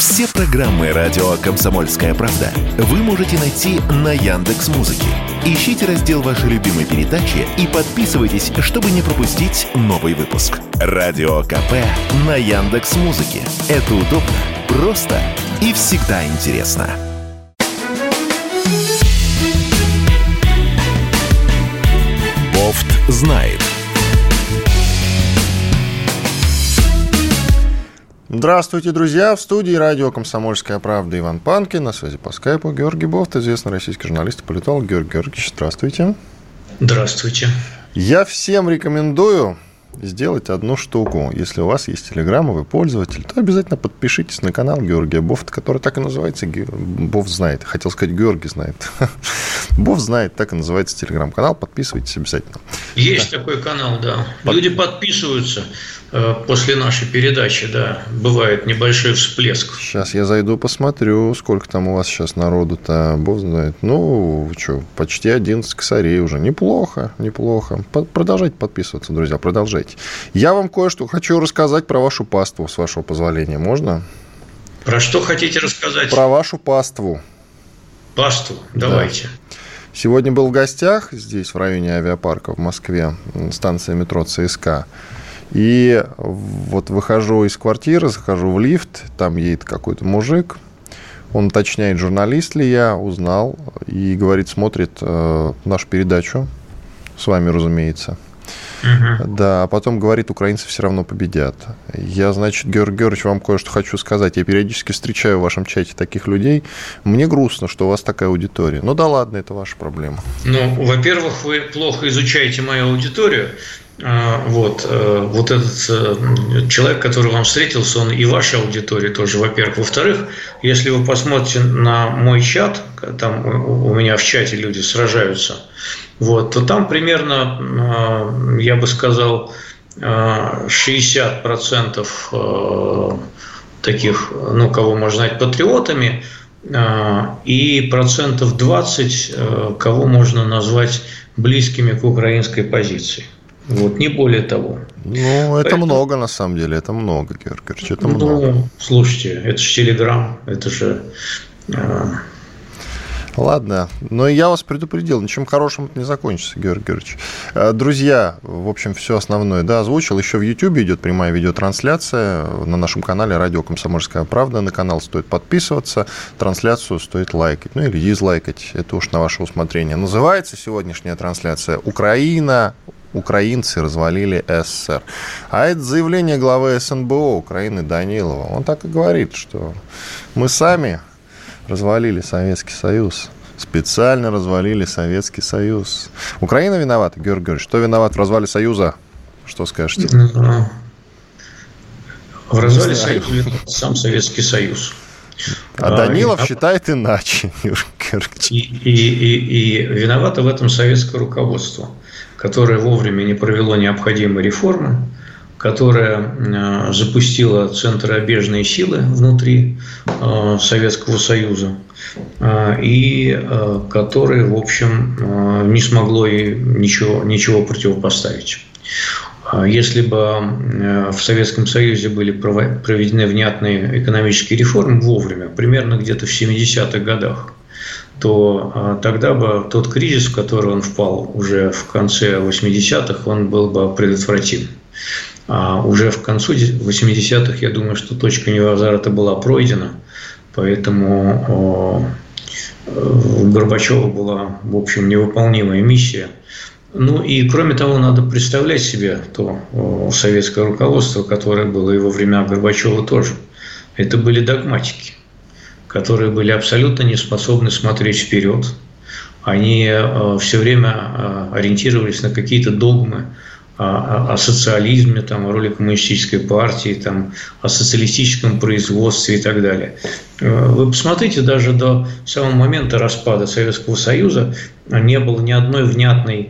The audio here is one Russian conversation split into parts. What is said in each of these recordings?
Все программы радио «Комсомольская правда» вы можете найти на Яндекс.Музыке. Ищите раздел вашей любимой передачи и подписывайтесь, чтобы не пропустить новый выпуск. Радио КП на Яндекс.Музыке. Это удобно, просто и всегда интересно. Бофт знает. Здравствуйте, друзья! В студии радио «Комсомольская правда» Иван Панкин. На связи по скайпу Георгий Бофт, известный российский журналист и политолог. Георгий Георгиевич, здравствуйте. Здравствуйте. Я всем рекомендую сделать одну штуку. Если у вас есть Телеграм, и вы пользователь, то обязательно подпишитесь на канал Георгия Бофта, который так и называется «Бофт знает». Хотел сказать, Георгий знает. Бофт знает, так и называется Телеграм-канал. Подписывайтесь обязательно. Есть такой канал, да. Люди подписываются после нашей передачи, да. Бывает небольшой всплеск. Сейчас я зайду, посмотрю, сколько там у вас сейчас народу-то. Бог знает. Ну, что, почти 11 косарей уже. Неплохо, неплохо. Продолжайте подписываться, друзья, продолжайте. Я вам кое-что хочу рассказать про вашу паству, с вашего позволения. Можно? Про что хотите рассказать? Про вашу паству. Паству? Давайте. Да. Сегодня был в гостях здесь, в районе авиапарка в Москве, станция метро ЦСКА. И вот выхожу из квартиры, захожу в лифт, там едет какой-то мужик. Он уточняет, журналист ли я, узнал. И говорит, смотрит нашу передачу. С вами, разумеется. Да, а потом говорит, украинцы все равно победят. Я, значит, Георгий Георгиевич, вам кое-что хочу сказать. Я периодически встречаю в вашем чате таких людей. Мне грустно, что у вас такая аудитория. Ну да ладно, это ваша проблема. Ну, во-первых, вы плохо изучаете мою аудиторию. Вот этот человек, который вам встретился, он и ваша аудитория тоже, во-первых. Во-вторых, если вы посмотрите на мой чат, там у меня в чате люди сражаются, вот, то там примерно, я бы сказал, 60% таких, ну, кого можно назвать патриотами, и 20%, кого можно назвать близкими к украинской позиции. Вот, не более того. Ну, это много, на самом деле, это много, Георгий Георгиевич, это много. Ну, слушайте, это же Телеграм, это же... Ладно, но я вас предупредил, ничем хорошим это не закончится, Георгий Георгиевич. Друзья, в общем, все основное, да, озвучил. Еще в YouTube идет прямая видеотрансляция на нашем канале «Радио Комсомольская правда». На канал стоит подписываться, трансляцию стоит лайкать, ну или дизлайкать, это уж на ваше усмотрение. Называется сегодняшняя трансляция «Украина. Украинцы развалили СССР». А это заявление главы СНБО Украины Данилова. Он так и говорит, что мы сами развалили Советский Союз. Специально развалили Советский Союз. Украина виновата, Георгий Георгиевич? Что виноват в развале Союза? Что скажете? В развале Союза виноват сам Советский Союз. А Данилов считает иначе, Георгий Георгиевич. И виновато в этом советское руководство, которое вовремя не провело необходимые реформы, которая запустила центробежные силы внутри Советского Союза и которое, в общем, не смогло ей ничего противопоставить. Если бы в Советском Союзе были проведены внятные экономические реформы вовремя, примерно где-то в 70-х годах, то тогда бы тот кризис, в который он впал уже в конце 80-х, он был бы предотвратим. А уже в концу 80-х, я думаю, что точка невозврата была пройдена, поэтому у Горбачева была, в общем, невыполнимая миссия. Ну и, кроме того, надо представлять себе то советское руководство, которое было и во времена Горбачева тоже. Это были догматики, которые были абсолютно не способны смотреть вперед. Они все время ориентировались на какие-то догмы о социализме, там, о роли коммунистической партии, там, о социалистическом производстве и так далее. Вы посмотрите, даже до самого момента распада Советского Союза не было ни одного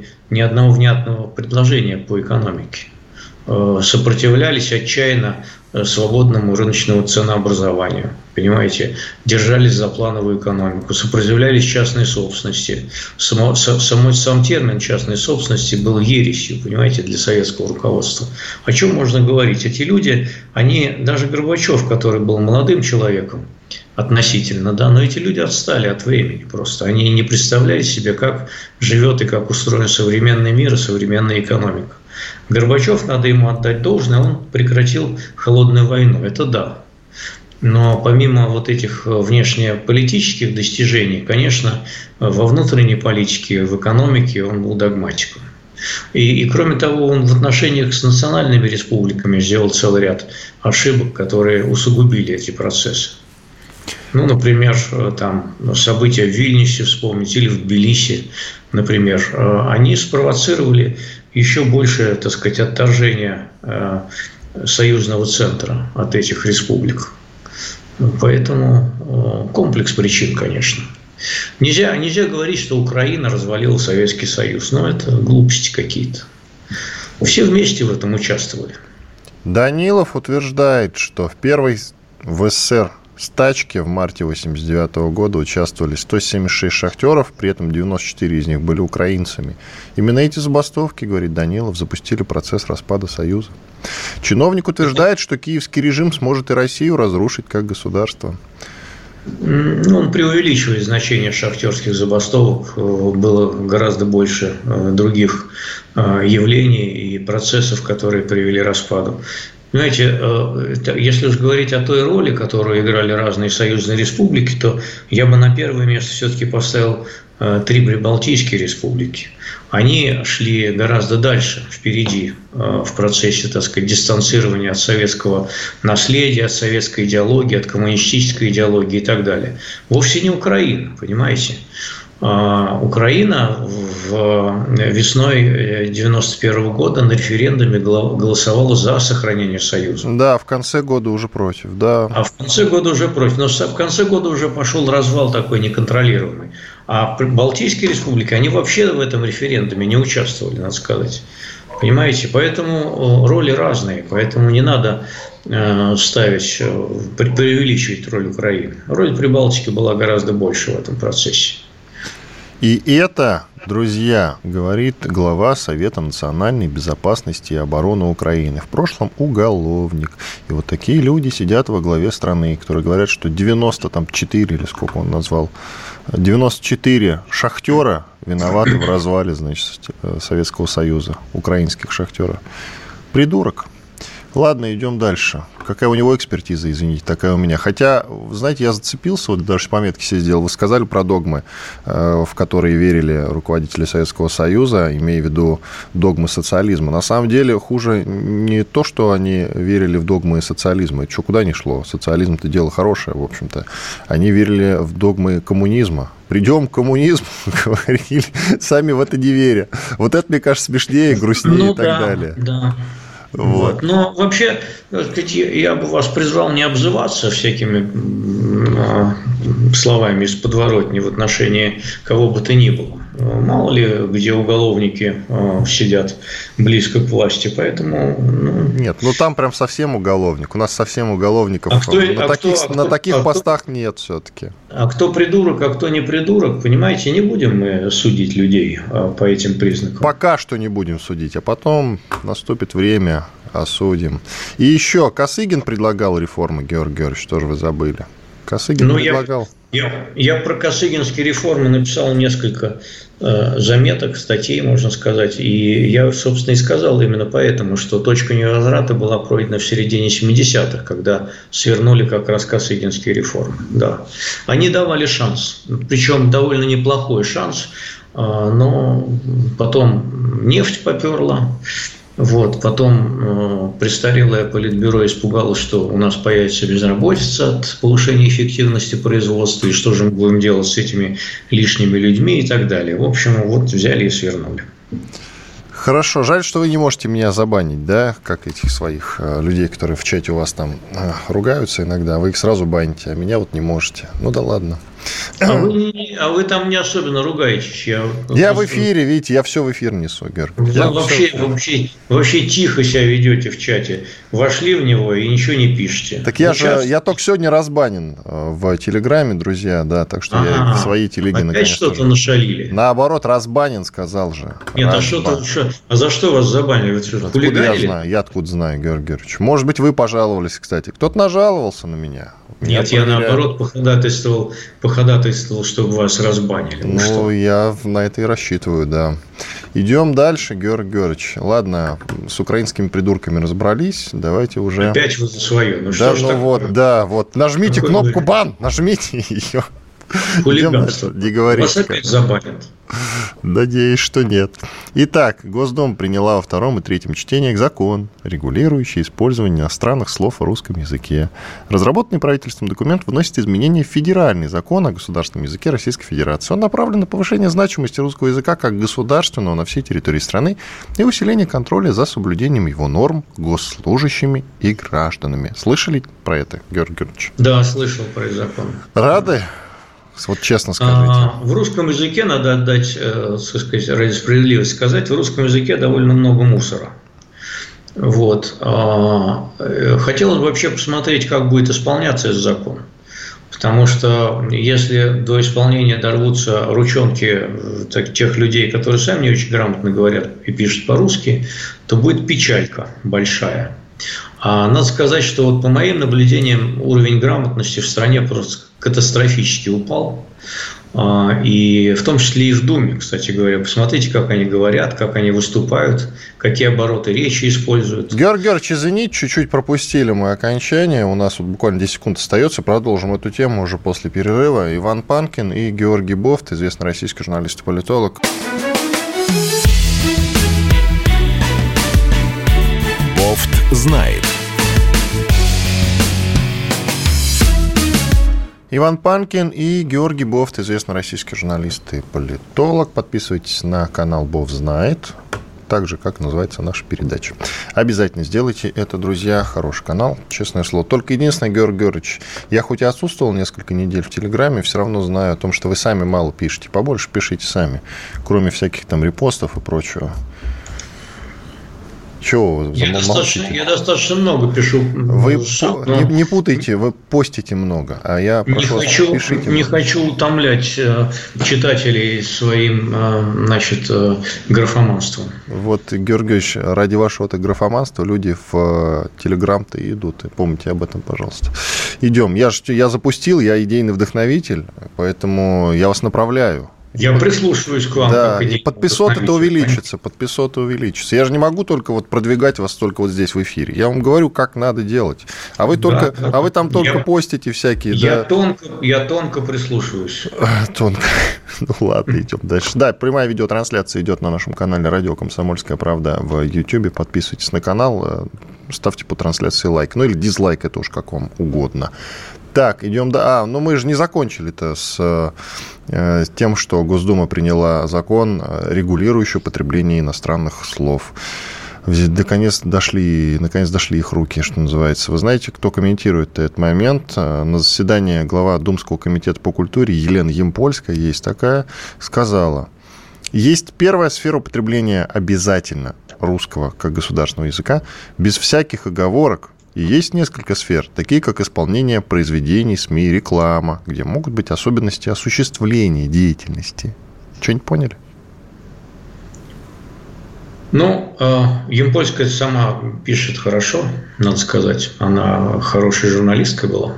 внятного предложения по экономике. Сопротивлялись отчаянно свободному рыночному ценообразованию. Понимаете, держались за плановую экономику, сопротивлялись частной собственности. Сам термин частной собственности был ересью, понимаете, для советского руководства. О чем можно говорить? Эти люди, они, даже Горбачев, который был молодым человеком, относительно, да, но эти люди отстали от времени просто. Они не представляли себе, как живет и как устроен современный мир и современная экономика. Горбачев, надо ему отдать должное, он прекратил холодную войну, это да. Но помимо вот этих внешнеполитических достижений, конечно, во внутренней политике, в экономике он был догматиком. И кроме того, он в отношениях с национальными республиками сделал целый ряд ошибок, которые усугубили эти процессы. Ну, например, там события в Вильнюсе вспомнить или в Тбилиси, например, они спровоцировали еще большее, так сказать, отторжение союзного центра от этих республик. Поэтому комплекс причин, конечно. Нельзя говорить, что Украина развалила Советский Союз. Но это глупости какие-то. Все вместе в этом участвовали. Данилов утверждает, что в первой в СССР стачке в марте 1989 года участвовали 176 шахтеров, при этом 94 из них были украинцами. Именно эти забастовки, говорит Данилов, запустили процесс распада Союза. Чиновник утверждает, что киевский режим сможет и Россию разрушить как государство. Он преувеличивает значение шахтерских забастовок. Было гораздо больше других явлений и процессов, которые привели к распаду. Знаете, если уж говорить о той роли, которую играли разные союзные республики, то я бы на первое место все-таки поставил 3 прибалтийские республики. Они шли гораздо дальше, впереди, в процессе, так сказать, дистанцирования от советского наследия, от советской идеологии, от коммунистической идеологии и так далее. Вовсе не Украина, понимаете? Украина весной 1991 года на референдуме голосовала за сохранение Союза. Да, в конце года уже против, да. А в конце года уже против. Но в конце года уже пошел развал такой неконтролируемый. А Балтийские республики, они вообще в этом референдуме не участвовали, надо сказать. Понимаете? Поэтому роли разные. Поэтому не надо преувеличивать роль Украины. Роль Прибалтики была гораздо больше в этом процессе. И это, друзья, говорит глава Совета национальной безопасности и обороны Украины. В прошлом уголовник. И вот такие люди сидят во главе страны, которые говорят, что 94, или сколько он назвал, 94 шахтера виноваты в развале, значит, Советского Союза, украинских шахтеров. Придурок. Ладно, идем дальше. Какая у него экспертиза, извините, такая у меня. Хотя, знаете, я зацепился, вот даже пометки себе сделал. Вы сказали про догмы, в которые верили руководители Советского Союза, имея в виду догмы социализма. На самом деле, хуже не то, что они верили в догмы социализма. Это что, куда ни шло? Социализм-то дело хорошее, в общем-то. Они верили в догмы коммунизма. Придем к коммунизму, говорили, сами в это не веря. Вот это, мне кажется, смешнее, грустнее и так далее. Да. Вот. Но вообще, я бы вас призвал не обзываться всякими словами из подворотни в отношении кого бы то ни было. Мало ли, где уголовники сидят близко к власти, поэтому... Нет, там прям совсем уголовник. У нас совсем уголовников на таких постах нет все-таки. А кто придурок, а кто не придурок, понимаете, не будем мы судить людей по этим признакам. Пока что не будем судить, а потом наступит время, осудим. И еще Косыгин предлагал реформы, Георгий Георгиевич, что же вы забыли? Косыгин предлагал... Я про косыгинские реформы написал несколько заметок, статей, можно сказать. И я, собственно, и сказал именно поэтому, что точка невозврата была пройдена в середине 70-х, когда свернули как раз косыгинские реформы. Да. Они давали шанс, причем довольно неплохой шанс, но потом нефть поперла. Вот, потом престарелое политбюро испугалось, что у нас появится безработица от повышения эффективности производства, и что же мы будем делать с этими лишними людьми и так далее. В общем, вот взяли и свернули. Хорошо, жаль, что вы не можете меня забанить, да, как этих своих людей, которые в чате у вас там ругаются иногда, вы их сразу баните, а меня вот не можете. Ну да ладно. А вы там не особенно ругаетесь. Я в эфире, видите, я все в эфир несу, Вы вообще тихо себя ведете в чате. Вошли в него и ничего не пишете. Так я только сегодня разбанен в Телеграме, друзья, да, так что я в свои телеги опять что-то нашалили. Наоборот, разбанен, сказал же. Нет, а за что вас забанили? Я откуда знаю, Георгий Георгиевич. Может быть, вы пожаловались, кстати. Кто-то нажаловался на меня. Нет, я наоборот походатайствовал, чтобы вас разбанили. Я на это и рассчитываю, да. Идем дальше, Георгий Георгиевич. Ладно, с украинскими придурками разобрались, давайте уже... Опять вы за свое. Нажмите кнопку «Бан», нажмите ее. Хулиганство. Вас опять забанят. Надеюсь, что нет. Итак, Госдума приняла во втором и третьем чтениях закон, регулирующий использование иностранных слов в русском языке. Разработанный правительством документ вносит изменения в федеральный закон о государственном языке Российской Федерации. Он направлен на повышение значимости русского языка как государственного на всей территории страны и усиление контроля за соблюдением его норм госслужащими и гражданами. Слышали про это, Георгий Георгиевич? Да, слышал про этот закон. Рады? Вот честно скажите. В русском языке, надо отдать, так сказать, ради справедливости сказать, в русском языке довольно много мусора. Хотелось бы вообще посмотреть, как будет исполняться этот закон. Потому что если до исполнения дорвутся ручонки тех людей, которые сами не очень грамотно говорят и пишут по-русски, то будет печалька большая. Надо сказать, что вот по моим наблюдениям уровень грамотности в стране просто катастрофически упал. И в том числе и в Думе, кстати говоря. Посмотрите, как они говорят, как они выступают, какие обороты речи используют. Георгий Георгиевич, извините, чуть-чуть пропустили мы окончание. У нас вот буквально 10 секунд остается. Продолжим эту тему уже после перерыва. Иван Панкин и Георгий Бофт, известный российский журналист и политолог. Бофт знает. Иван Панкин и Георгий Бофт, известный российский журналист и политолог. Подписывайтесь на канал «Бофт знает», так же, как называется наша передача. Обязательно сделайте это, друзья. Хороший канал, честное слово. Только единственное, Георгий Георгиевич, я хоть и отсутствовал несколько недель в Телеграме, все равно знаю о том, что вы сами мало пишете. Побольше пишите сами, кроме всяких там репостов и прочего. Чего вы замолчите? Я достаточно много пишу. Вы не путайте, вы постите много, а я прошу вас, пишите. Не хочу утомлять читателей своим, графоманством. Вот, Георгий Георгиевич, ради вашего-то графоманства люди в Телеграм-то и идут. Помните об этом, пожалуйста. Идем. Я запустил, я идейный вдохновитель, поэтому я вас направляю. Я прислушиваюсь к вам. Да, и подписоты-то увеличится. Я же не могу только вот продвигать вас только вот здесь в эфире. Я вам говорю, как надо делать. А вы там только постите всякие. Я тонко прислушиваюсь. Тонко. Ну ладно, идем дальше. Да, прямая видеотрансляция идет на нашем канале «Радио Комсомольская правда» в YouTube. Подписывайтесь на канал, ставьте по трансляции лайк. Ну или дизлайк, это уж как вам угодно. Так, идем но мы же не закончили-то с тем, что Госдума приняла закон, регулирующий потребление иностранных слов. Наконец дошли их руки, что называется. Вы знаете, кто комментирует этот момент? На заседании глава Думского комитета по культуре Елена Ямпольская, есть такая, сказала: есть первая сфера употребления обязательно русского как государственного языка, без всяких оговорок. И есть несколько сфер, такие как исполнение произведений, СМИ, реклама, где могут быть особенности осуществления деятельности. Что-нибудь поняли? Ямпольская сама пишет хорошо, надо сказать. Она хорошей журналисткой была.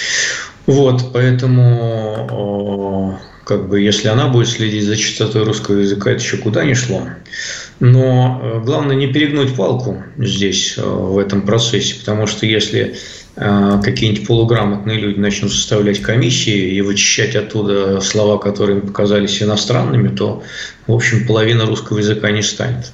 Поэтому, если она будет следить за чистотой русского языка, это еще куда ни шло. Но главное не перегнуть палку здесь, в этом процессе, потому что если какие-нибудь полуграмотные люди начнут составлять комиссии и вычищать оттуда слова, которые им показались иностранными, то, в общем, половина русского языка не станет.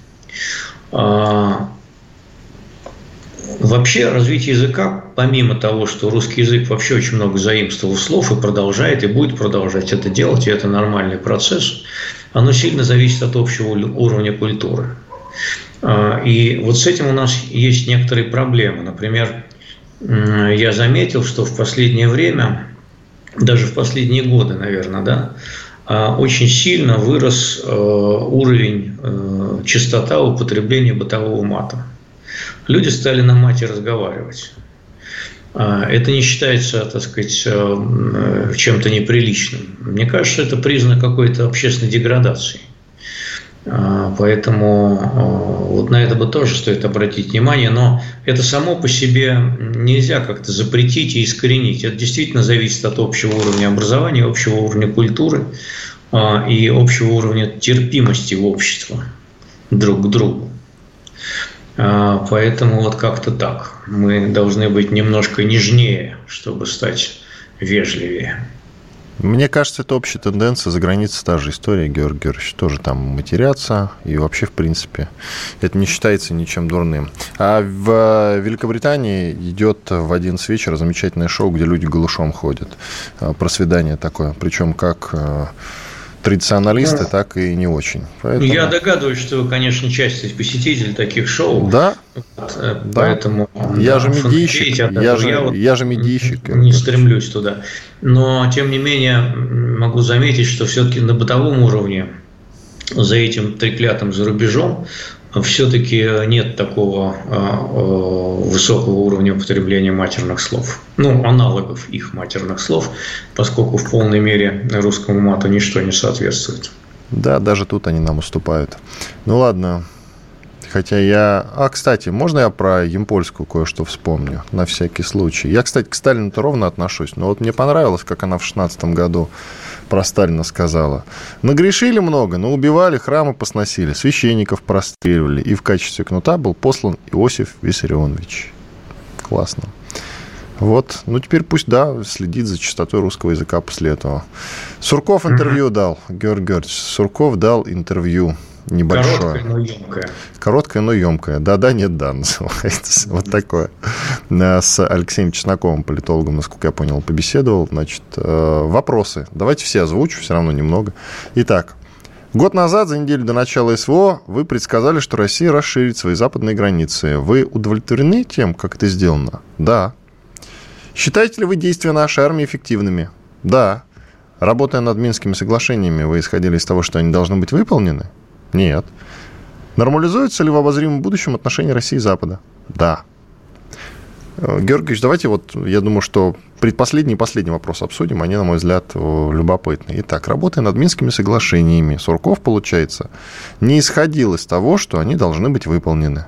Вообще развитие языка, помимо того, что русский язык вообще очень много заимствовал слов и продолжает, и будет продолжать это делать, и это нормальный процесс, оно сильно зависит от общего уровня культуры. И вот с этим у нас есть некоторые проблемы. Например, я заметил, что в последнее время даже в последние годы, наверное, да, очень сильно вырос уровень, частота употребления бытового мата. Люди стали на мате разговаривать. Это не считается, так сказать, чем-то неприличным. Мне кажется, это признак какой-то общественной деградации. Поэтому вот на это бы тоже стоит обратить внимание, но это само по себе нельзя как-то запретить и искоренить. Это действительно зависит от общего уровня образования, общего уровня культуры и общего уровня терпимости в обществе друг к другу. Поэтому вот как-то так. Мы должны быть немножко нежнее, чтобы стать вежливее. Мне кажется, это общая тенденция. За границей та же история, Георгий Георгиевич. Тоже там матерятся. И вообще, в принципе, это не считается ничем дурным. А в Великобритании идет в 11 вечера замечательное шоу, где люди голышом ходят. Про свидание такое. Причем как традиционалисты, так и не очень. Поэтому... Я догадываюсь, что вы, конечно, часть посетителей таких шоу. Да. Поэтому я же медийщик. Я же медийщик. Не стремлюсь туда. Но, тем не менее, могу заметить, что все-таки на бытовом уровне за этим треклятым за рубежом все-таки нет такого высокого уровня употребления матерных слов. Ну, аналогов их матерных слов, поскольку в полной мере русскому мату ничто не соответствует. Да, даже тут они нам уступают. Ну, ладно. Хотя я... кстати, можно я про Ямпольскую кое-что вспомню? На всякий случай. Я, кстати, к Сталину-то ровно отношусь. Но вот мне понравилось, как она в 16 году про Сталина сказала. Нагрешили много, но убивали, храмы посносили, священников простреливали. И в качестве кнута был послан Иосиф Виссарионович. Классно. Вот. Ну, теперь пусть, следит за чистотой русского языка после этого. Сурков интервью дал. Георгий Георгиевич, Сурков дал интервью. Небольшое. Короткое, но емкое. Да, нет, да, называется. Вот такое. С Алексеем Чесноковым, политологом, насколько я понял, побеседовал. Значит, вопросы. Давайте все озвучу, все равно немного. Итак, год назад, за неделю до начала СВО, вы предсказали, что Россия расширит свои западные границы. Вы удовлетворены тем, как это сделано? Да. Считаете ли вы действия нашей армии эффективными? Да. Работая над Минскими соглашениями, вы исходили из того, что они должны быть выполнены? Нет. Нормализуется ли в обозримом будущем отношения России и Запада? Да. Георгий Ильич, давайте я думаю, что предпоследний и последний вопрос обсудим. Они, на мой взгляд, любопытны. Итак, работая над Минскими соглашениями, Сурков, получается, не исходил из того, что они должны быть выполнены.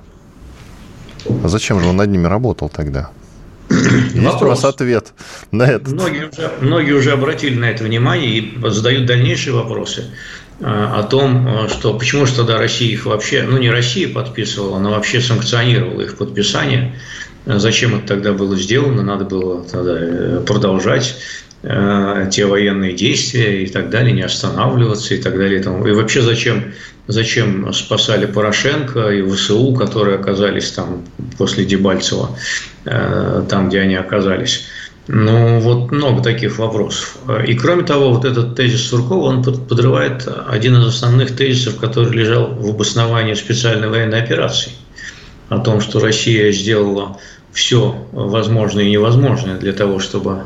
А зачем же он над ними работал тогда? Есть у вас ответ на это? Многие уже обратили на это внимание и задают дальнейшие вопросы о том, что почему же тогда Россия их вообще, не Россия подписывала, но вообще санкционировала их подписание. Зачем это тогда было сделано? Надо было тогда продолжать те военные действия и так далее, не останавливаться и так далее. И вообще зачем спасали Порошенко и ВСУ, которые оказались там после Дебальцева, там, где они оказались. Много таких вопросов. И кроме того, этот тезис Суркова, он подрывает один из основных тезисов, который лежал в обосновании специальной военной операции. О том, что Россия сделала все возможное и невозможное для того, чтобы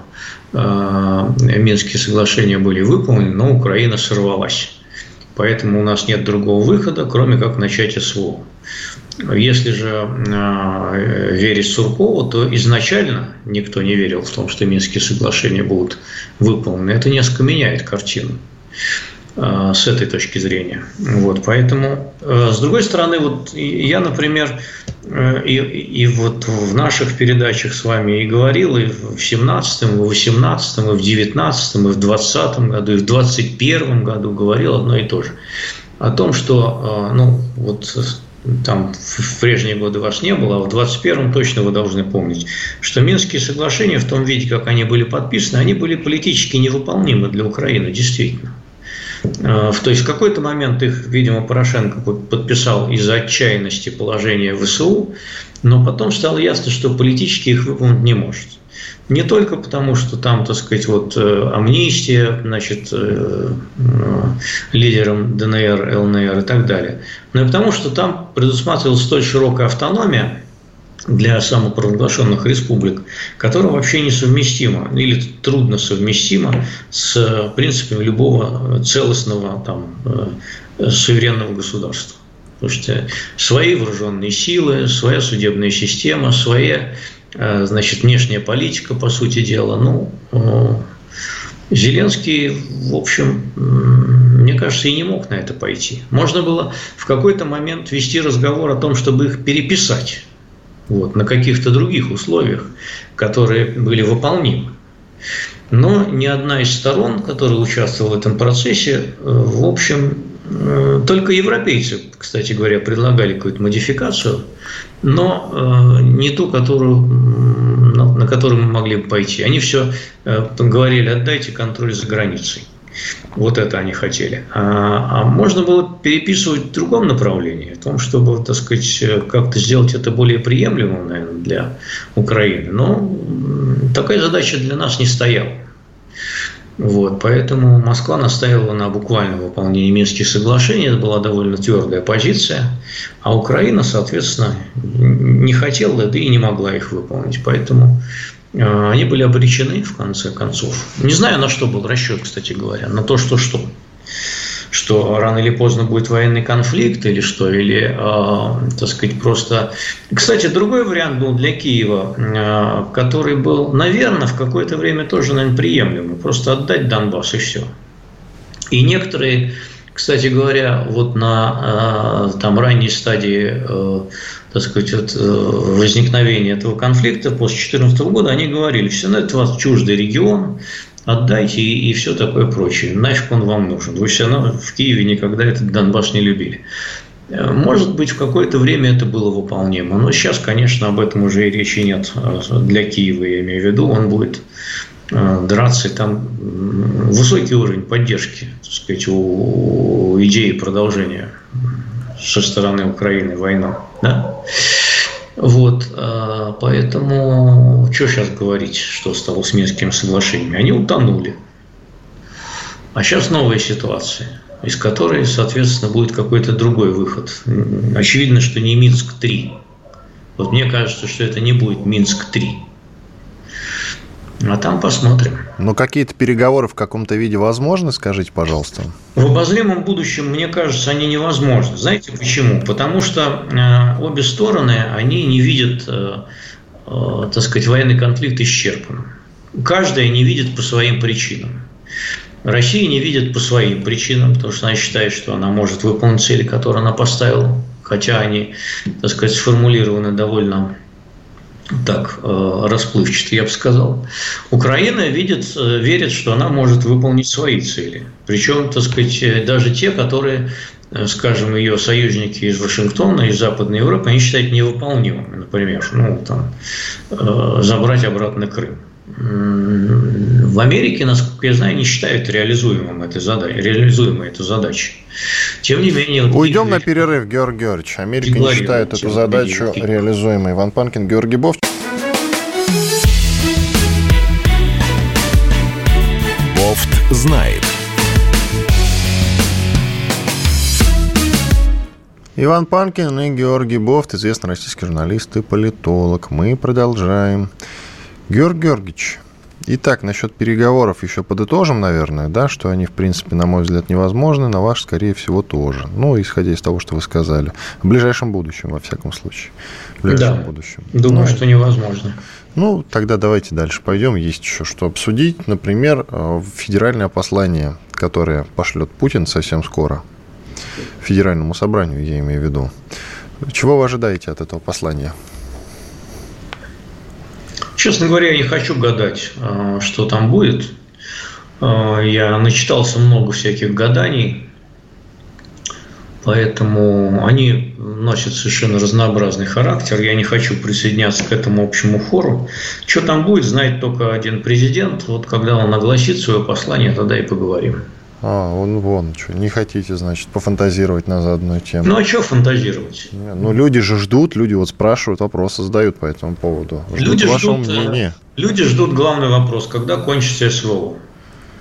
Минские соглашения были выполнены, но Украина сорвалась. Поэтому у нас нет другого выхода, кроме как начать СВО. Если же верить Суркову, то изначально никто не верил в том, что Минские соглашения будут выполнены. Это несколько меняет картину с этой точки зрения. Поэтому, с другой стороны, я, например, и в наших передачах с вами и говорил, и в 17-м, и в 18-м, и в 19-м, и в 20-м году, и в 21-м году говорил одно и то же. О том, что, там в прежние годы вас не было, а в 21-м точно вы должны помнить, что Минские соглашения в том виде, как они были подписаны, они были политически невыполнимы для Украины, действительно. То есть в какой-то момент их, видимо, Порошенко подписал из-за отчаянности положения ВСУ, но потом стало ясно, что политически их выполнить не может. Не только потому, что там, амнистия, лидерам ДНР, ЛНР и так далее, но и потому, что там предусматривалась столь широкая автономия для самопровозглашенных республик, которая вообще несовместима или трудно совместима с принципами любого целостного суверенного государства. Потому что свои вооруженные силы, своя судебная система, своя, внешняя политика, по сути дела. Зеленский, в общем, мне кажется, и не мог на это пойти. Можно было в какой-то момент вести разговор о том, чтобы их переписать на каких-то других условиях, которые были выполнимы. Но ни одна из сторон, которая участвовала в этом процессе, в общем, только европейцы, кстати говоря, предлагали какую-то модификацию, но не ту, на которую мы могли бы пойти. Они все говорили: отдайте контроль за границей. Вот это они хотели. А можно было переписывать в другом направлении, в том, чтобы, как-то сделать это более приемлемым, наверное, для Украины. Но такая задача для нас не стояла. Поэтому Москва настаивала на буквальном выполнении Минских соглашений. Это была довольно твердая позиция. А Украина, соответственно, не хотела, да и не могла их выполнить. Поэтому они были обречены, в конце концов. Не знаю, на что был расчет, кстати говоря. На то, что рано или поздно будет военный конфликт, или что, или, просто... Кстати, другой вариант был для Киева, который был, наверное, в какое-то время тоже, наверное, приемлемый. Просто отдать Донбасс, и все. И некоторые, кстати говоря, на ранней стадии, возникновения этого конфликта после 2014 года, они говорили: все, это у вас чуждый регион, отдайте и все такое прочее. Нафиг он вам нужен. Вы все равно в Киеве никогда этот Донбасс не любили. Может быть, в какое-то время это было выполнимо. Но сейчас, конечно, об этом уже и речи нет. Для Киева, я имею в виду, он будет драться. И там высокий уровень поддержки, у идеи продолжения со стороны Украины войны. Да? Поэтому, что сейчас говорить, что стало с Минскими соглашениями? Они утонули. А сейчас новая ситуация, из которой, соответственно, будет какой-то другой выход. Очевидно, что не Минск-3. Мне кажется, что это не будет Минск-3. А там посмотрим. Но какие-то переговоры в каком-то виде возможны, скажите, пожалуйста? В обозримом будущем, мне кажется, они невозможны. Знаете почему? Потому что обе стороны, они не видят, военный конфликт исчерпанным. Каждая не видит по своим причинам. Россия не видит по своим причинам, потому что она считает, что она может выполнить цели, которые она поставила, хотя они, сформулированы довольно расплывчато, я бы сказал. Украина верит, что она может выполнить свои цели. Причем, даже те, которые, скажем, ее союзники из Вашингтона, из Западной Европы, они считают невыполнимыми. Например, забрать обратно Крым. В Америке, насколько я знаю, не считают реализуемой эту задачу. Тем не менее... Уйдем на перерыв, Георгий Георгиевич. Америка не считает эту задачу реализуемой. Иван Панкин, Георгий Бофт. Бофт знает. Иван Панкин и Георгий Бофт, известный российский журналист и политолог. Мы продолжаем. Георгий Георгиевич, итак, насчет переговоров еще подытожим, наверное, да, что они, в принципе, на мой взгляд, невозможны, на ваш, скорее всего, тоже. Исходя из того, что вы сказали. В ближайшем будущем, во всяком случае. В ближайшем будущем. Думаю, что невозможно. Тогда давайте дальше пойдем. Есть еще что обсудить. Например, федеральное послание, которое пошлет Путин совсем скоро. Федеральному собранию, я имею в виду. Чего вы ожидаете от этого послания? Честно говоря, я не хочу гадать, что там будет. Я начитался много всяких гаданий, поэтому они носят совершенно разнообразный характер. Я не хочу присоединяться к этому общему хору. Что там будет, знает только один президент. Когда он огласит свое послание, тогда и поговорим. Что, не хотите, значит, пофантазировать на заодную тему? А что фантазировать? Люди же ждут, люди спрашивают, вопросы задают по этому поводу. Люди ждут главный вопрос, когда кончится СВО.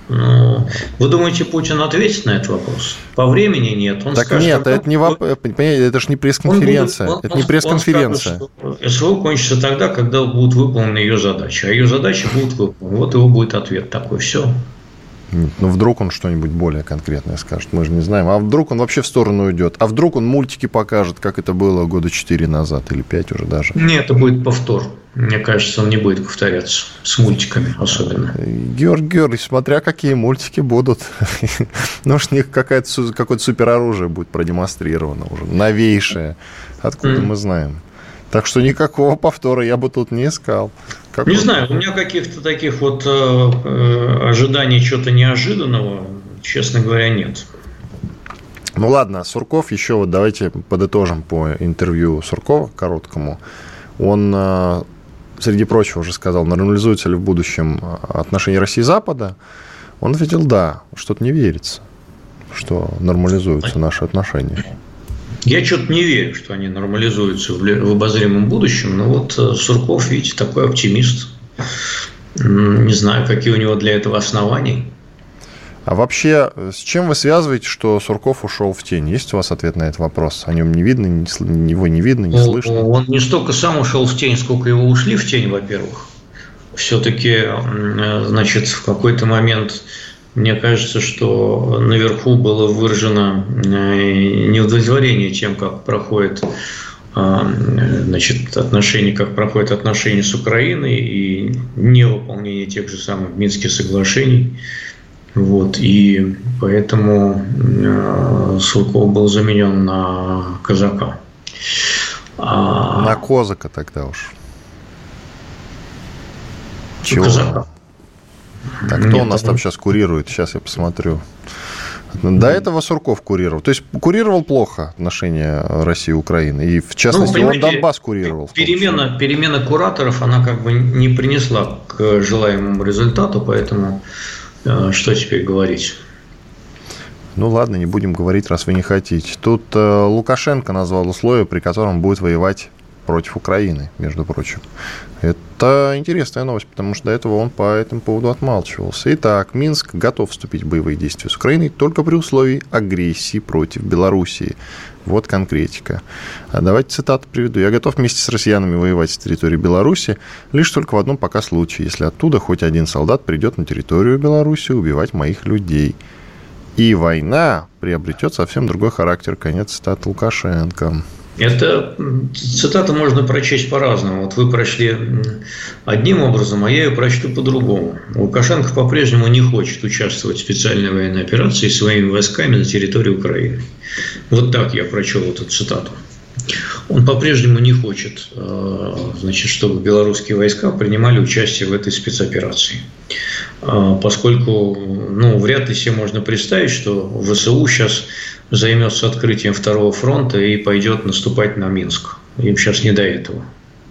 Ну, вы думаете, Путин ответит на этот вопрос? По времени нет. Он так скажет, нет, это не вопрос, понимаете, это же не пресс-конференция. Это не пресс-конференция. Он скажет, что СВО кончится тогда, когда будут выполнены ее задачи. А ее задачи будут выполнены. Вот его будет ответ такой. Все. Ну, вдруг он что-нибудь более конкретное скажет, мы же не знаем. А вдруг он вообще в сторону уйдет? А вдруг он мультики покажет, как это было года 4 назад или 5 уже даже? Нет, это будет повтор. Мне кажется, он не будет повторяться. С мультиками особенно. Георгий Георгиевич, смотря какие мультики будут. Ну, уж у них какое-то супероружие будет продемонстрировано уже. Новейшее. Откуда мы знаем? Так что никакого повтора я бы тут не искал. Не знаю, у меня каких-то таких вот ожиданий чего-то неожиданного, честно говоря, нет. Ну ладно, Сурков еще вот давайте подытожим по интервью Суркова короткому. Он, среди прочего, уже сказал, нормализуется ли в будущем отношения России и Запада. Он ответил, да, что-то не верится, что нормализуются наши отношения. Я что-то не верю, что они нормализуются в обозримом будущем, но вот Сурков, видите, такой оптимист. Не знаю, какие у него для этого основания. А вообще, с чем вы связываете, что Сурков ушел в тень? Есть у вас ответ на этот вопрос? О нем не видно, его не видно, не слышно? Он не столько сам ушел в тень, сколько его ушли в тень, во-первых. Все-таки, значит, в какой-то момент... Мне кажется, что наверху было выражено неудовлетворение тем, как проходит, значит, как проходят отношения с Украиной и невыполнение тех же самых Минских соглашений. Вот, и поэтому Сурков был заменен на Казака. На Козака тогда уж. Чего? Казака. Так, кто у нас там сейчас курирует? Сейчас я посмотрю. До этого Сурков курировал. То есть курировал плохо отношения России и Украины. И, в частности, он Донбасс курировал. Перемена кураторов, она как бы не принесла к желаемому результату, поэтому что теперь говорить? Ну, ладно, не будем говорить, раз вы не хотите. Тут Лукашенко назвал условия, при котором будет воевать против Украины, между прочим. Это интересная новость, потому что до этого он по этому поводу отмалчивался. Итак, Минск готов вступить в боевые действия с Украиной только при условии агрессии против Белоруссии. Вот конкретика. Давайте цитату приведу. «Я готов вместе с россиянами воевать с территории Беларуси лишь только в одном пока случае, если оттуда хоть один солдат придет на территорию Беларуси убивать моих людей. И война приобретет совсем другой характер». Конец цитаты Лукашенко. Это цитату можно прочесть по-разному. Вот вы прочли одним образом, а я ее прочту по-другому. Лукашенко по-прежнему не хочет участвовать в специальной военной операции своими войсками на территории Украины. Вот так я прочел эту цитату. Он по-прежнему не хочет, значит, чтобы белорусские войска принимали участие в этой спецоперации. Поскольку, вряд ли себе можно представить, что ВСУ сейчас займется открытием второго фронта и пойдет наступать на Минск. Им сейчас не до этого.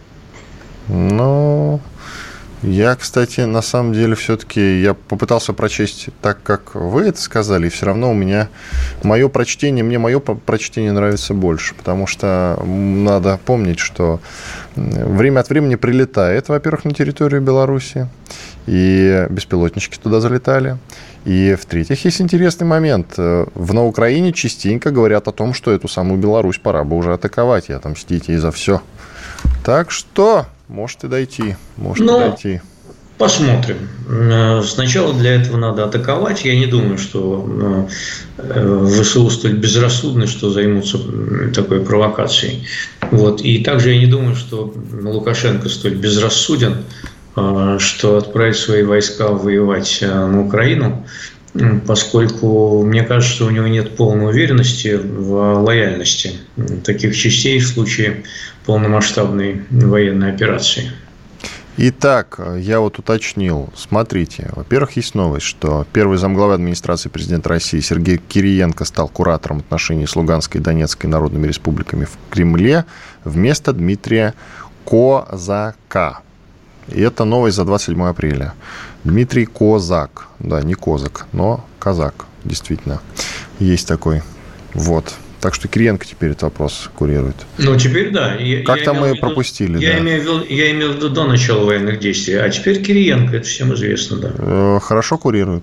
Я, кстати, на самом деле все-таки я попытался прочесть так, как вы это сказали, и все равно мне мое прочтение нравится больше, потому что надо помнить, что время от времени прилетает, во-первых, на территорию Беларуси, и беспилотнички туда залетали. И, в-третьих, есть интересный момент. На Украине частенько говорят о том, что эту самую Беларусь пора бы уже атаковать и отомстить ей за все. Так что может и дойти. Посмотрим. Сначала для этого надо атаковать. Я не думаю, что ВСУ столь безрассудны, что займутся такой провокацией. Вот. И также я не думаю, что Лукашенко столь безрассуден, что отправить свои войска воевать на Украину, поскольку мне кажется, что у него нет полной уверенности в лояльности таких частей в случае полномасштабной военной операции. Итак, я вот уточнил. Смотрите, во-первых, есть новость, что первый замглавы администрации президента России Сергей Кириенко стал куратором отношений с Луганской и Донецкой народными республиками в Кремле вместо Дмитрия Козака. И это новость за 27 апреля. Дмитрий Козак. Да, не Козак, но Казак. Действительно. Есть такой. Вот. Так что Кириенко теперь этот вопрос курирует. Теперь да. Как-то мы пропустили. Я имел в виду до начала военных действий. А теперь Кириенко. Это всем известно, да. Хорошо курирует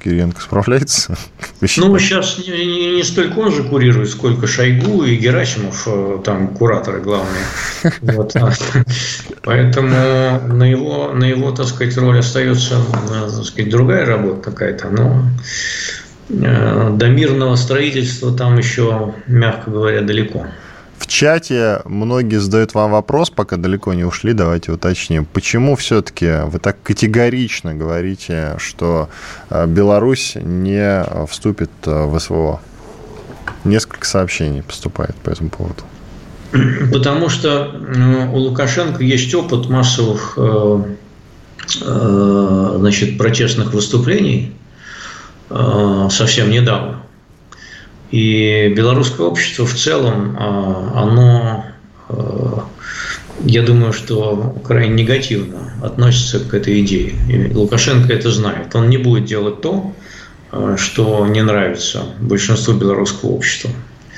Кириенко справляется? Ну, сейчас не столько он же курирует, сколько Шойгу и Герасимов, там кураторы главные. Вот. Поэтому на его, так сказать, роль остается, так сказать, другая работа какая-то. Но до мирного строительства там еще, мягко говоря, далеко. В чате многие задают вам вопрос, пока далеко не ушли, давайте уточним. Почему все-таки вы так категорично говорите, что Беларусь не вступит в СВО? Несколько сообщений поступает по этому поводу. Потому что у Лукашенко есть опыт массовых, значит, протестных выступлений совсем недавно. И белорусское общество в целом, оно, я думаю, что крайне негативно относится к этой идее. И Лукашенко это знает. Он не будет делать то, что не нравится большинству белорусского общества.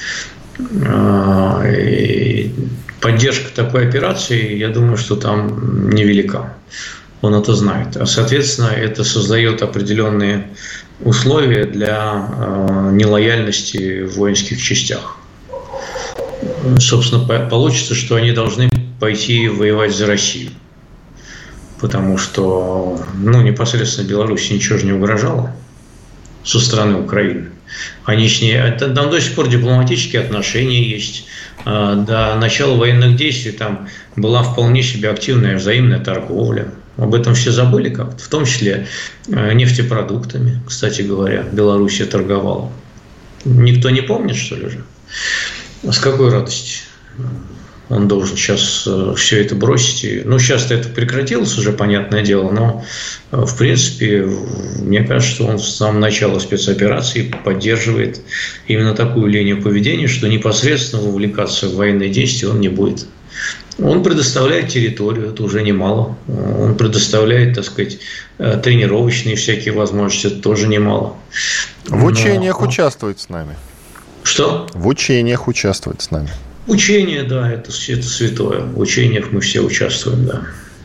И поддержка такой операции, я думаю, что там невелика. Он это знает. А, соответственно, это создает определенные условия для нелояльности в воинских частях. Собственно, получится, что они должны пойти воевать за Россию. Потому что, непосредственно Беларуси ничего же не угрожало со стороны Украины. Они с ней, там до сих пор дипломатические отношения есть. До начала военных действий там была вполне себе активная взаимная торговля. Об этом все забыли как-то, в том числе нефтепродуктами, кстати говоря, Белоруссия торговала. Никто не помнит, что ли, же? С какой радости он должен сейчас все это бросить? Сейчас-то это прекратилось уже, понятное дело, но, в принципе, мне кажется, что он с самого начала спецоперации поддерживает именно такую линию поведения, что непосредственно вовлекаться в военные действия он не будет. Он предоставляет территорию, это уже немало. Он предоставляет, так сказать, тренировочные всякие возможности, это тоже немало. В учениях участвует с нами. Что? В учениях участвует с нами. Учения, да, это святое. В учениях мы все участвуем, да.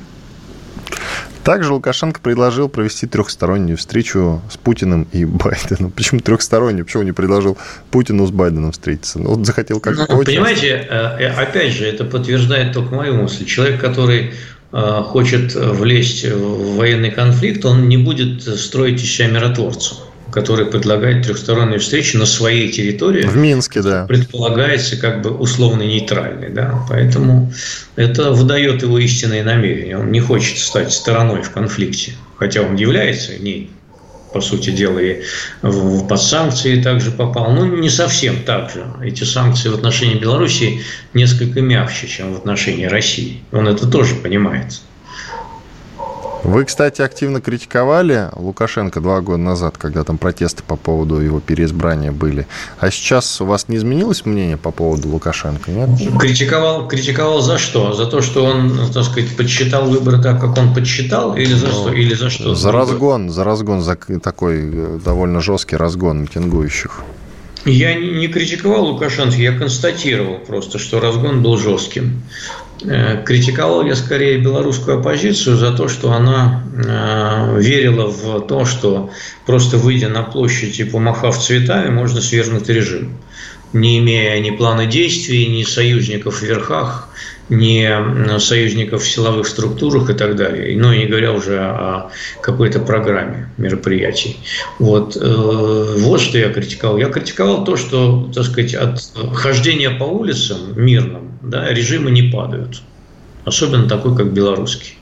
Также Лукашенко предложил провести трехстороннюю встречу с Путиным и Байденом. Почему трехстороннюю? Почему не предложил Путину с Байденом встретиться? Он захотел как-то... Понимаете, опять же, это подтверждает только мою мысль. Человек, который хочет влезть в военный конфликт, он не будет строить из себя миротворца, который предлагает трехсторонние встречи на своей территории. В Минске, да. Предполагается как бы условно нейтральный. Да? Поэтому это выдает его истинные намерения. Он не хочет стать стороной в конфликте. Хотя он является ней, по сути дела, и под санкции также попал. Не совсем так же. Эти санкции в отношении Беларуси несколько мягче, чем в отношении России. Он это тоже понимает. Вы, кстати, активно критиковали Лукашенко 2 года назад, когда там протесты по поводу его переизбрания были. А сейчас у вас не изменилось мнение по поводу Лукашенко, нет? Критиковал за что? За то, что он, так сказать, подсчитал выборы так, как он подсчитал, или за что? Или за что? За разгон, за такой довольно жесткий разгон митингующих. Я не критиковал Лукашенко, я констатировал просто, что разгон был жестким. Критиковал я скорее белорусскую оппозицию за то, что она верила в то, что просто выйдя на площадь и помахав цветами, можно свергнуть режим, не имея ни плана действий, ни союзников в верхах, ни союзников в силовых структурах и так далее. Ну, и не говоря уже о какой-то программе мероприятий. Вот что я критиковал. Я критиковал то, что, так сказать, от хождения по улицам мирным, да, режимы не падают. Особенно такой, как белорусский.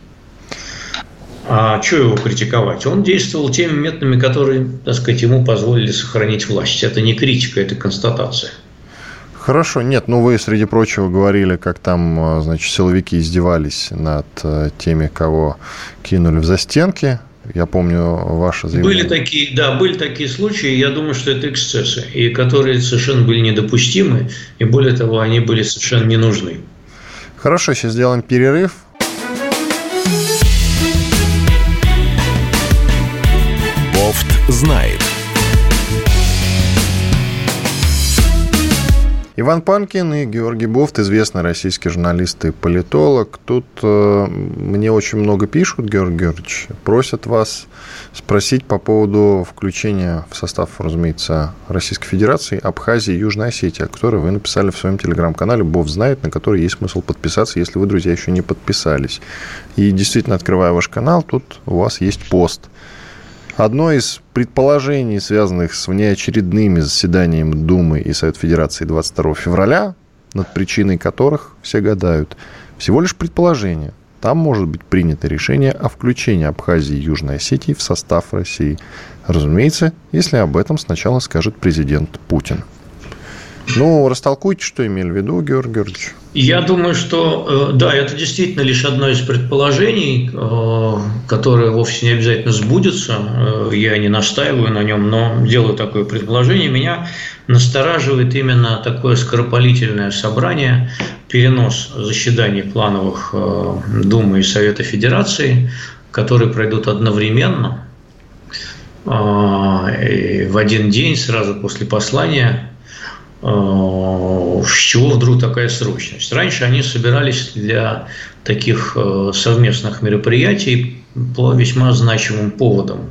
А что его критиковать? Он действовал теми методами, которые, так сказать, ему позволили сохранить власть. Это не критика, это констатация. Хорошо, нет, вы, среди прочего, говорили, как там, значит, силовики издевались над теми, кого кинули в застенки. Я помню ваше заявление. Были такие случаи, я думаю, что это эксцессы, и которые совершенно были недопустимы, и более того, они были совершенно не нужны. Хорошо, сейчас сделаем перерыв. Бофт знает. Иван Панкин и Георгий Бофт, известный российский журналист и политолог. Тут мне очень много пишут, Георгий Георгиевич, просят вас спросить по поводу включения в состав, разумеется, Российской Федерации Абхазии и Южной Осетии, о которой вы написали в своем телеграм-канале «Бофт знает», на который есть смысл подписаться, если вы, друзья, еще не подписались. И действительно, открывая ваш канал, тут у вас есть пост. Одно из предположений, связанных с внеочередными заседаниями Думы и Совета Федерации 22 февраля, над причиной которых все гадают, всего лишь предположение. Там может быть принято решение о включении Абхазии и Южной Осетии в состав России. Разумеется, если об этом сначала скажет президент Путин. Ну, растолкуйте, что имели в виду, Георгий Георгиевич. Я думаю, что, да, это действительно лишь одно из предположений, которое вовсе не обязательно сбудется. Я не настаиваю на нем, но делаю такое предположение. Меня настораживает именно такое скоропалительное собрание, перенос заседаний плановых Думы и Совета Федерации, которые пройдут одновременно в один день, сразу после послания. С чего вдруг такая срочность? Раньше они собирались для таких совместных мероприятий по весьма значимым поводам.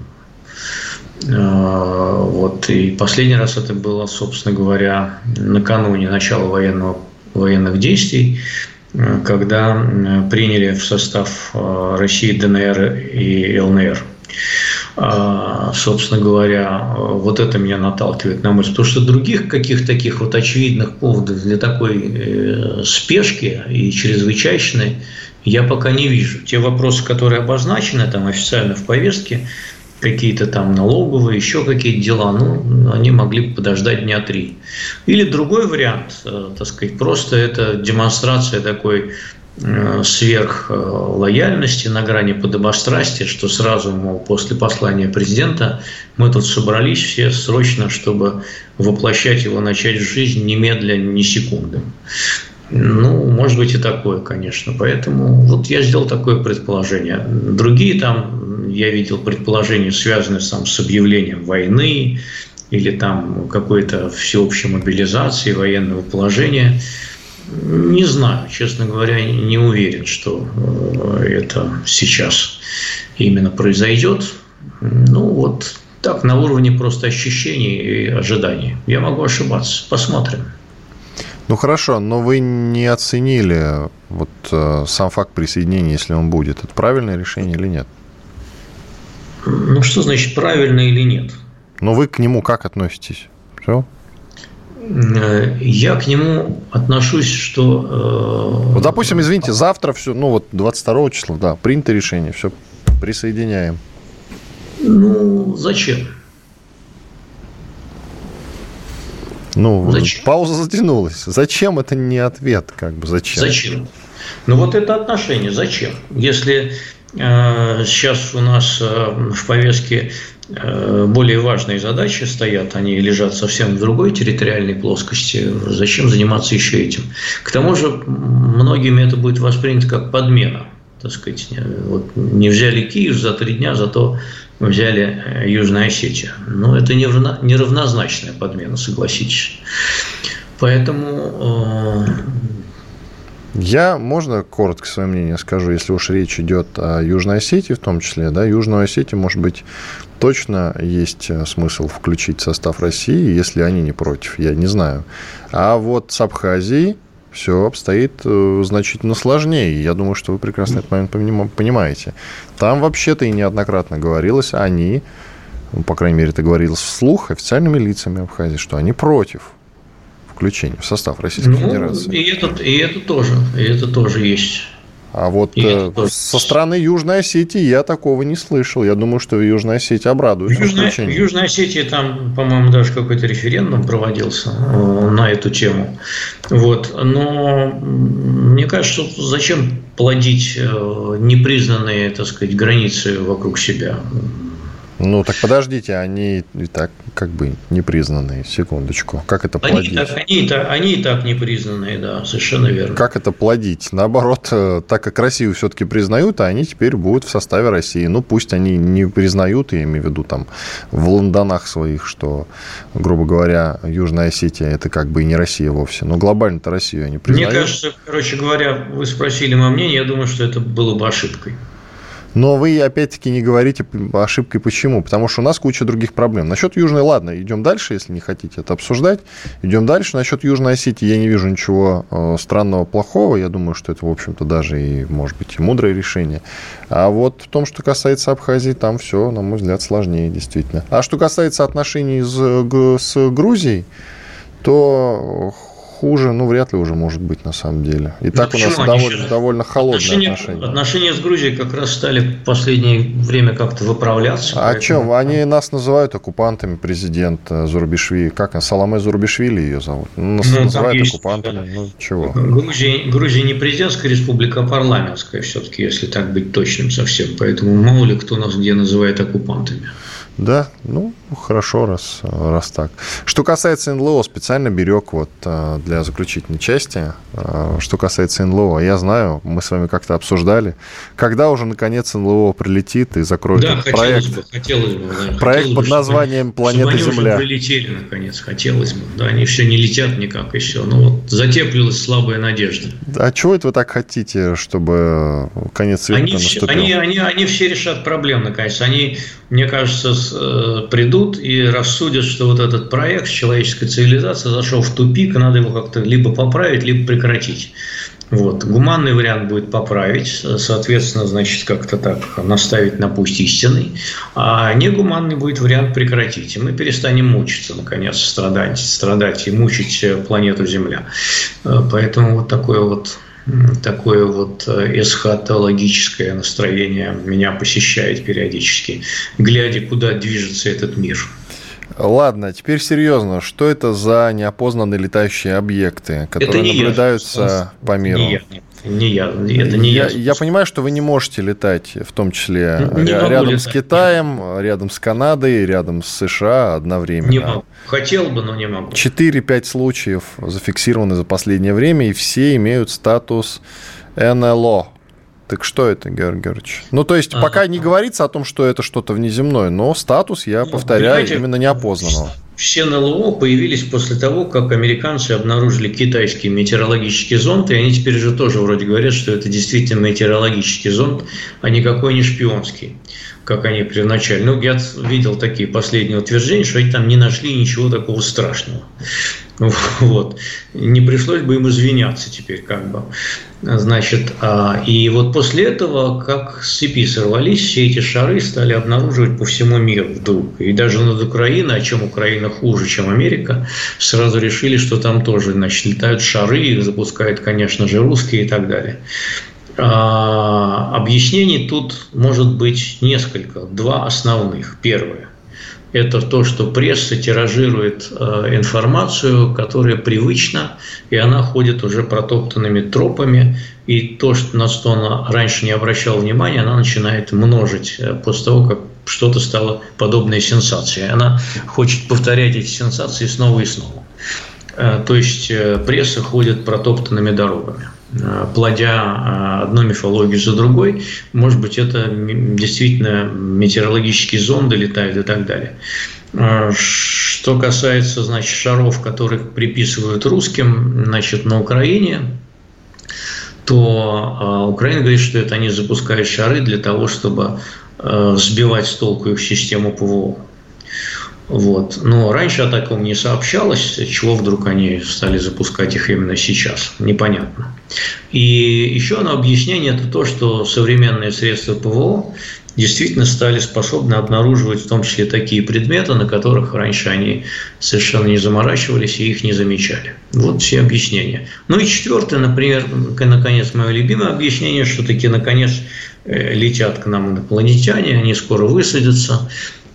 Вот. И последний раз это было, собственно говоря, накануне начала военных действий, когда приняли в состав России ДНР и ЛНР. Собственно говоря, вот это меня наталкивает на мысль. Потому что других каких-то таких вот очевидных поводов для такой спешки и чрезвычайной я пока не вижу. Те вопросы, которые обозначены там официально в повестке, какие-то там налоговые, еще какие-то дела, ну, они могли бы подождать дня 3. Или другой вариант, так сказать, просто это демонстрация такой сверхлояльности на грани подобострастия, что сразу, мол, после послания президента мы тут собрались все срочно, чтобы воплощать его, начать в жизнь немедля, ни секунды. Ну, может быть и такое, конечно. Поэтому вот я сделал такое предположение. Другие там, я видел предположения, связанные там с объявлением войны или там какой-то всеобщей мобилизации, военного положения. Не знаю, честно говоря, не уверен, что это сейчас именно произойдет. Ну, вот так, на уровне просто ощущений и ожиданий. Я могу ошибаться. Посмотрим. Ну, хорошо, но вы не оценили вот сам факт присоединения, если он будет. Это правильное решение или нет? Ну, что значит правильно или нет? Ну, вы к нему как относитесь? Все? Я к нему отношусь, что... Вот, допустим, извините, завтра все, ну, вот 22 числа, да, принято решение, все, присоединяем. Ну, зачем? Ну, зачем? Пауза затянулась. Зачем это не ответ, как бы, зачем? Зачем? Ну, вот это отношение, зачем? Если сейчас у нас в повестке более важные задачи стоят, они лежат совсем в другой территориальной плоскости, зачем заниматься еще этим? К тому же, многими это будет воспринято как подмена. Так сказать, вот не взяли Киев за 3 дня, зато взяли Южную Осетию. Но это неравнозначная подмена, согласитесь. Поэтому... Можно коротко свое мнение скажу, если уж речь идет о Южной Осетии в том числе, да, Южную Осетию, может быть, точно есть смысл включить в состав России, если они не против, я не знаю. А вот с Абхазией все обстоит значительно сложнее. Я думаю, что вы прекрасно этот момент понимаете. Там вообще-то и неоднократно говорилось, они, по крайней мере, это говорилось вслух официальными лицами Абхазии, что они против включения в состав Российской Федерации. И это тоже есть. А вот со стороны Южной Осетии я такого не слышал. Я думаю, что в Южной Осетии обрадуются. В Южной Осетии там, по-моему, даже какой-то референдум проводился на эту тему. Вот. Но мне кажется, что зачем плодить непризнанные, так сказать, границы вокруг себя? Ну, так подождите, они и так как бы непризнанные, секундочку. Как это плодить? Они и так непризнанные, да, совершенно верно. Как это плодить? Наоборот, так как Россию все-таки признают, а они теперь будут в составе России. Ну, пусть они не признают, я имею в виду там в лондонах своих, что, грубо говоря, Южная Осетия – это как бы и не Россия вовсе. Но глобально-то Россию они признают. Мне кажется, короче говоря, вы спросили мое мнение, я думаю, что это было бы ошибкой. Но вы, опять-таки, не говорите ошибкой. Почему? Потому что у нас куча других проблем. Насчет Южной, ладно, идем дальше, если не хотите это обсуждать. Идем дальше. Насчет Южной Осетии я не вижу ничего странного, плохого. Я думаю, что это, в общем-то, даже и, может быть, и мудрое решение. А вот в том, что касается Абхазии, там все, на мой взгляд, сложнее, действительно. А что касается отношений с Грузией, то хуже, вряд ли уже может быть на самом деле. И так у нас довольно холодные отношения. Отношения с Грузией как раз стали в последнее время как-то выправляться. А о чем? Они нас называют оккупантами, президент Зурбишвили. Как? Саломе Зурбишвили ее зовут. Нас называют оккупантами. Чего? Грузия не президентская республика, а парламентская все-таки, если так быть точным совсем. Поэтому мало ли кто нас где называет оккупантами. Да, хорошо, раз так. Что касается НЛО, специально берег для заключительной части. Что касается НЛО, я знаю, мы с вами как-то обсуждали, когда уже, наконец, НЛО прилетит и закроет этот проект. Хотелось бы. Проект под названием «Планета Земля». Чтобы они уже прилетели, наконец, хотелось бы. Да, они все не летят никак еще. Затеплилась слабая надежда. А чего это вы так хотите, чтобы конец света наступил? Они все решат проблемы, наконец. Они, мне кажется, придут и рассудят, что вот этот проект человеческой цивилизации зашел в тупик, и надо его как-то либо поправить, либо прекратить. Гуманный вариант будет поправить, соответственно, значит, как-то так наставить на путь истинный, а негуманный будет вариант прекратить. И мы перестанем мучиться, наконец, страдать и мучить планету Земля. Поэтому такое эсхатологическое настроение меня посещает периодически, глядя, куда движется этот мир. Ладно, теперь серьезно. Что это за неопознанные летающие объекты, которые наблюдаются по миру? Не я. Я понимаю, что вы не можете летать, в том числе рядом с Китаем, рядом с Канадой, рядом с США одновременно. Не могу. Хотел бы, но не могу. 4-5 случаев зафиксированы за последнее время, и все имеют статус НЛО. Так что это, Георгий Георгиевич? То есть, пока не говорится о том, что это что-то внеземное, но статус, я повторяю, именно неопознанного. Все НЛО появились после того, как американцы обнаружили китайский метеорологический зонд, и они теперь же тоже вроде говорят, что это действительно метеорологический зонд, а никакой не шпионский, как они первоначально. Я видел такие последние утверждения, что они там не нашли ничего такого страшного. Не пришлось бы им извиняться теперь как бы. Значит, и после этого, как с цепи сорвались, все эти шары стали обнаруживать по всему миру вдруг. И даже над Украиной, о чем Украина хуже, чем Америка, сразу решили, что там тоже, летают шары, их запускают, конечно же, русские и так далее. Объяснений тут может быть несколько, 2 основных. Первое. Это то, что пресса тиражирует информацию, которая привычна, и она ходит уже протоптанными тропами, и то, на что она раньше не обращала внимания, она начинает множить после того, как что-то стало подобной сенсации. Она хочет повторять эти сенсации снова и снова. То есть пресса ходит протоптанными дорогами, плодя одну мифологию за другой. Может быть, это действительно метеорологические зонды летают и так далее. Что касается, шаров, которых приписывают русским, на Украине, то Украина говорит, что это они запускают шары для того, чтобы сбивать с толку их систему ПВО. Но раньше о таком не сообщалось, чего вдруг они стали запускать их именно сейчас, непонятно. И еще одно объяснение – это то, что современные средства ПВО действительно стали способны обнаруживать в том числе такие предметы, на которых раньше они совершенно не заморачивались и их не замечали. Все объяснения. И четвертое, например, наконец, мое любимое объяснение, что таки наконец летят к нам инопланетяне, они скоро высадятся.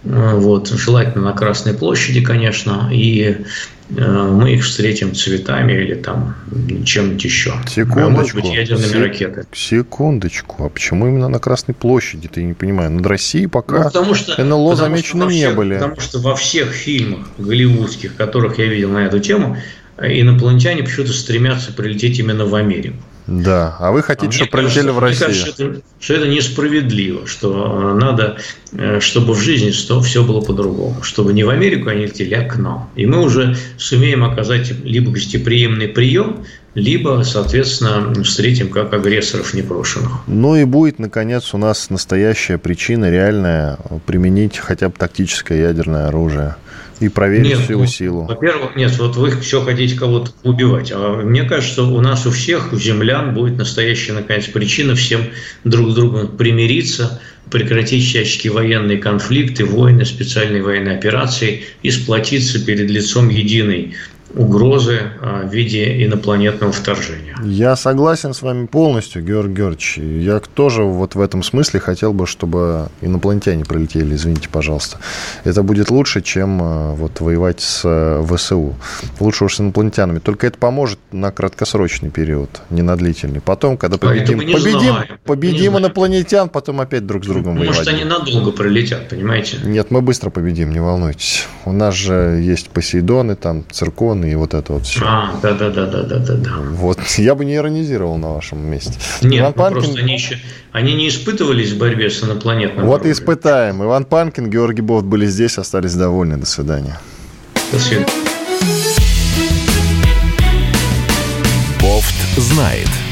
Вот, желательно на Красной площади, конечно, и мы их встретим цветами или там чем-нибудь еще. Секундочку. Может быть, ядерными ракетами. Секундочку. А почему именно на Красной площади? Ты не понимаю. Над Россией пока потому что замечены не были. Потому что во всех фильмах голливудских, которых я видел на эту тему, инопланетяне почему-то стремятся прилететь именно в Америку. Да, а вы хотите, чтобы прилетели в Россию? Мне кажется, что это несправедливо, что надо, чтобы в жизни все было по-другому, чтобы не в Америку они летели, а к нам. И мы уже сумеем оказать либо гостеприимный прием, либо, соответственно, встретим как агрессоров непрошенных. Ну и будет, наконец, у нас настоящая причина реальная применить хотя бы тактическое ядерное оружие. И проверить всю его силу. Во-первых, нет, вот вы все хотите кого-то убивать. А мне кажется, у нас у всех, у землян, будет настоящая, наконец, причина всем друг с другом примириться, прекратить всяческие военные конфликты, войны, специальные военные операции и сплотиться перед лицом единой угрозы в виде инопланетного вторжения. Я согласен с вами полностью, Георгий Георгиевич. Я тоже вот в этом смысле хотел бы, чтобы инопланетяне прилетели, извините, пожалуйста. Это будет лучше, чем вот воевать с ВСУ. Лучше уж с инопланетянами. Только это поможет на краткосрочный период, не на длительный. Потом, когда победим инопланетян, потом опять друг с другом воевать. Может, они надолго прилетят, понимаете? Нет, мы быстро победим, не волнуйтесь. У нас же есть Посейдоны, там, Цирконы и вот это вот все. Да. Вот, я бы не иронизировал на вашем месте. Нет, Иван Панкин... просто они не испытывались в борьбе с инопланетным Вот оружием. И испытаем. Иван Панкин, Георгий Бофт были здесь, остались довольны. До свидания. До свидания. Бофт знает.